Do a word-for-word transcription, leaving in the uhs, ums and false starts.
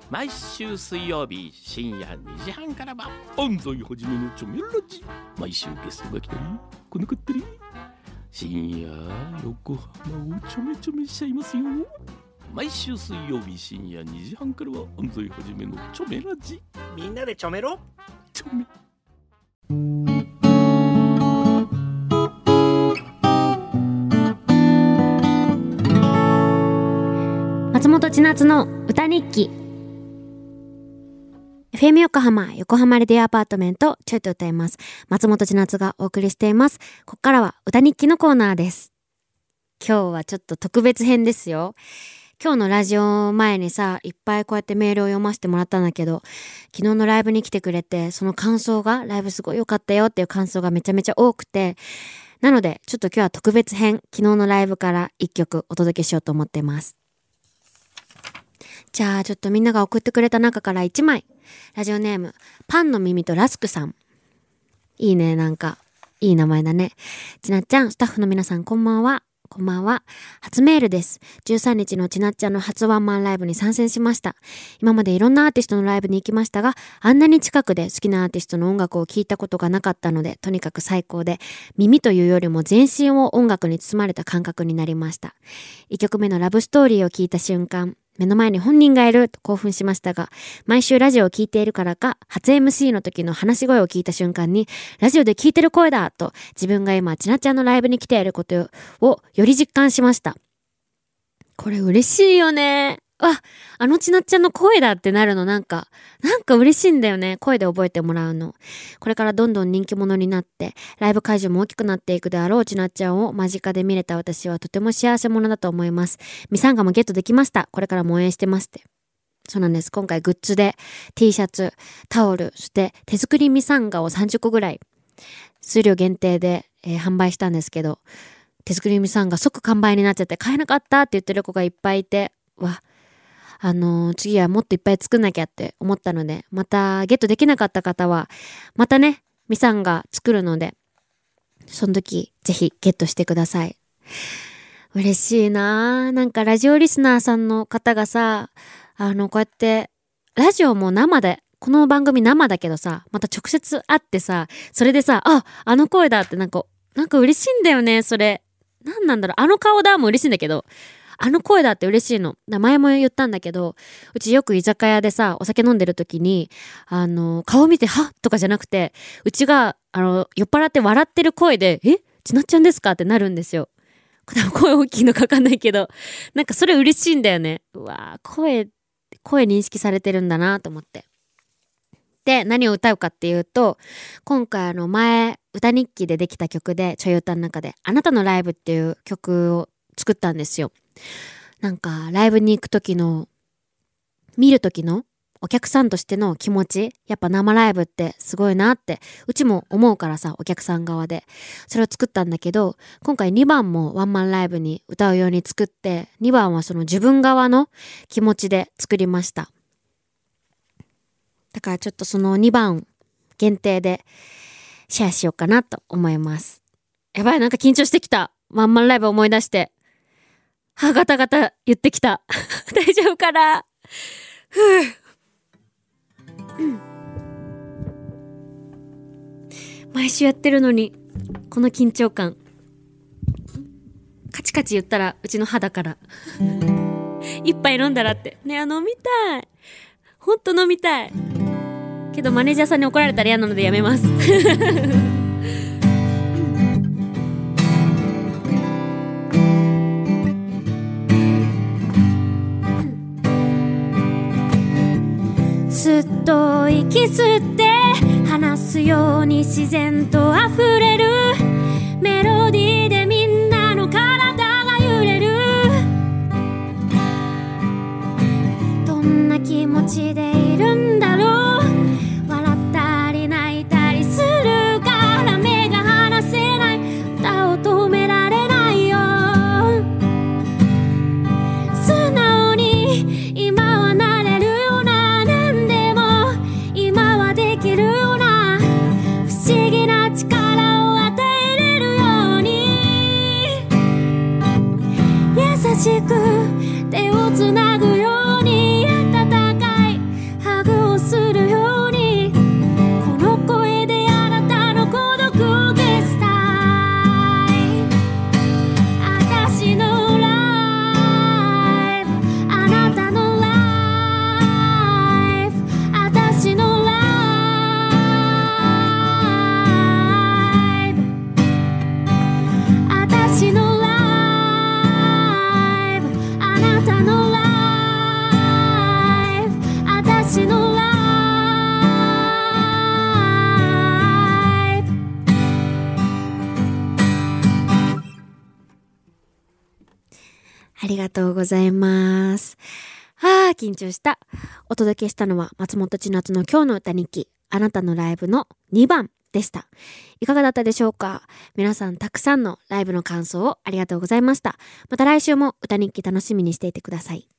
毎週水曜日深夜にじはんからは安西はじめのチョメラジ。毎週ゲストが来たり来なかったり、深夜横浜をちょめちょめしちゃいますよ。毎週水曜日深夜にじはんからは安西はじめのチョメラジ。 みんなでチョメろチョメ。 松本千夏の歌日記。 エフエム 横浜横浜レディオアパートメント、ちょいと歌います。松本千夏がお送りしています。ここからは歌日記のコーナーです。今日はちょっと特別編ですよ。今日のラジオ前にさ、いっぱいこうやってメールを読ませてもらったんだけど、昨日のライブに来てくれて、その感想が、ライブすごい良かったよっていう感想がめちゃめちゃ多くて、なのでちょっと今日は特別編、昨日のライブからいっきょくお届けしようと思ってます。じゃあちょっとみんなが送ってくれた中からいちまい。ラジオネームパンの耳とラスクさん。いいね、なんかいい名前だね。ちなっちゃん、スタッフの皆さんこんばんは。こんばんは。初メールです。じゅうさんにちのちなっちゃんの初ワンマンライブに参戦しました。今までいろんなアーティストのライブに行きましたが、あんなに近くで好きなアーティストの音楽を聴いたことがなかったので、とにかく最高で、耳というよりも全身を音楽に包まれた感覚になりました。いっきょくめのラブストーリーを聴いた瞬間、目の前に本人がいると興奮しましたが、毎週ラジオを聞いているからか、初 エムシー の時の話し声を聞いた瞬間に、ラジオで聞いてる声だと、自分が今ちなちゃんのライブに来ていることをより実感しました。これ嬉しいよね。あ、あのちなっちゃんの声だってなるの、なんかなんか嬉しいんだよね。声で覚えてもらうの。これからどんどん人気者になってライブ会場も大きくなっていくであろうちなっちゃんを間近で見れた私はとても幸せ者だと思います。ミサンガもゲットできました。これからも応援してますって。そうなんです。今回グッズで T シャツ、タオル、そして手作りミサンガをさんじゅっこぐらい数量限定で、えー、販売したんですけど、手作りミサンガ即完売になっちゃって買えなかったって言ってる子がいっぱいいて、わあのー、次はもっといっぱい作んなきゃって思ったので、またゲットできなかった方はまたね、ミサンが作るので、その時ぜひゲットしてください。嬉しいな。なんかラジオリスナーさんの方がさ、あのこうやってラジオも生で、この番組生だけどさ、また直接会ってさ、それでさ、あ、あの声だってなんかなんか嬉しいんだよね。それなんなんだろう、あの顔だも嬉しいんだけど、あの声だって嬉しいの。前も言ったんだけど、うちよく居酒屋でさ、お酒飲んでる時に、あの、顔見て、はとかじゃなくて、うちが、あの、酔っ払って笑ってる声で、えちなっちゃんですかってなるんですよ。多分声大きいのかわかんないけど、なんかそれ嬉しいんだよね。うわー、声、声認識されてるんだなと思って。で、何を歌うかっていうと、今回あの前、歌日記でできた曲で、ちょい歌の中で、あなたのライブっていう曲を作ったんですよ。なんかライブに行く時の、見る時のお客さんとしての気持ち、やっぱ生ライブってすごいなってうちも思うからさ、お客さん側でそれを作ったんだけど、今回にばんもワンマンライブに歌うように作って、にばんはその自分側の気持ちで作りました。だからちょっとそのにばん限定でシェアしようかなと思います。やばい、なんか緊張してきた。ワンマンライブ思い出して、はガタガタ言ってきた。大丈夫かな。ふう、うん、毎週やってるのにこの緊張感。カチカチ言ったらうちの歯だから一杯飲んだらってね。あ、飲みたい、ほんと飲みたいけどマネージャーさんに怒られたら嫌なのでやめますすっと息吸って話すように自然と溢れるメロディーでみんなの体が揺れる。どんな気持ちでいるんだろう。笑ったり泣いたりするから目が離せない。歌を止められないよ。素直に今はなれるような、何でも今はできるような、不思議な力を与えれるように、優しく手をつなぐように、温かいがとうございます。はあ、緊張した。お届けしたのは松本千夏の今日の歌日記、あなたのライブのにばんでした。いかがだったでしょうか。皆さんたくさんのライブの感想をありがとうございました。また来週も歌日記楽しみにしていてください。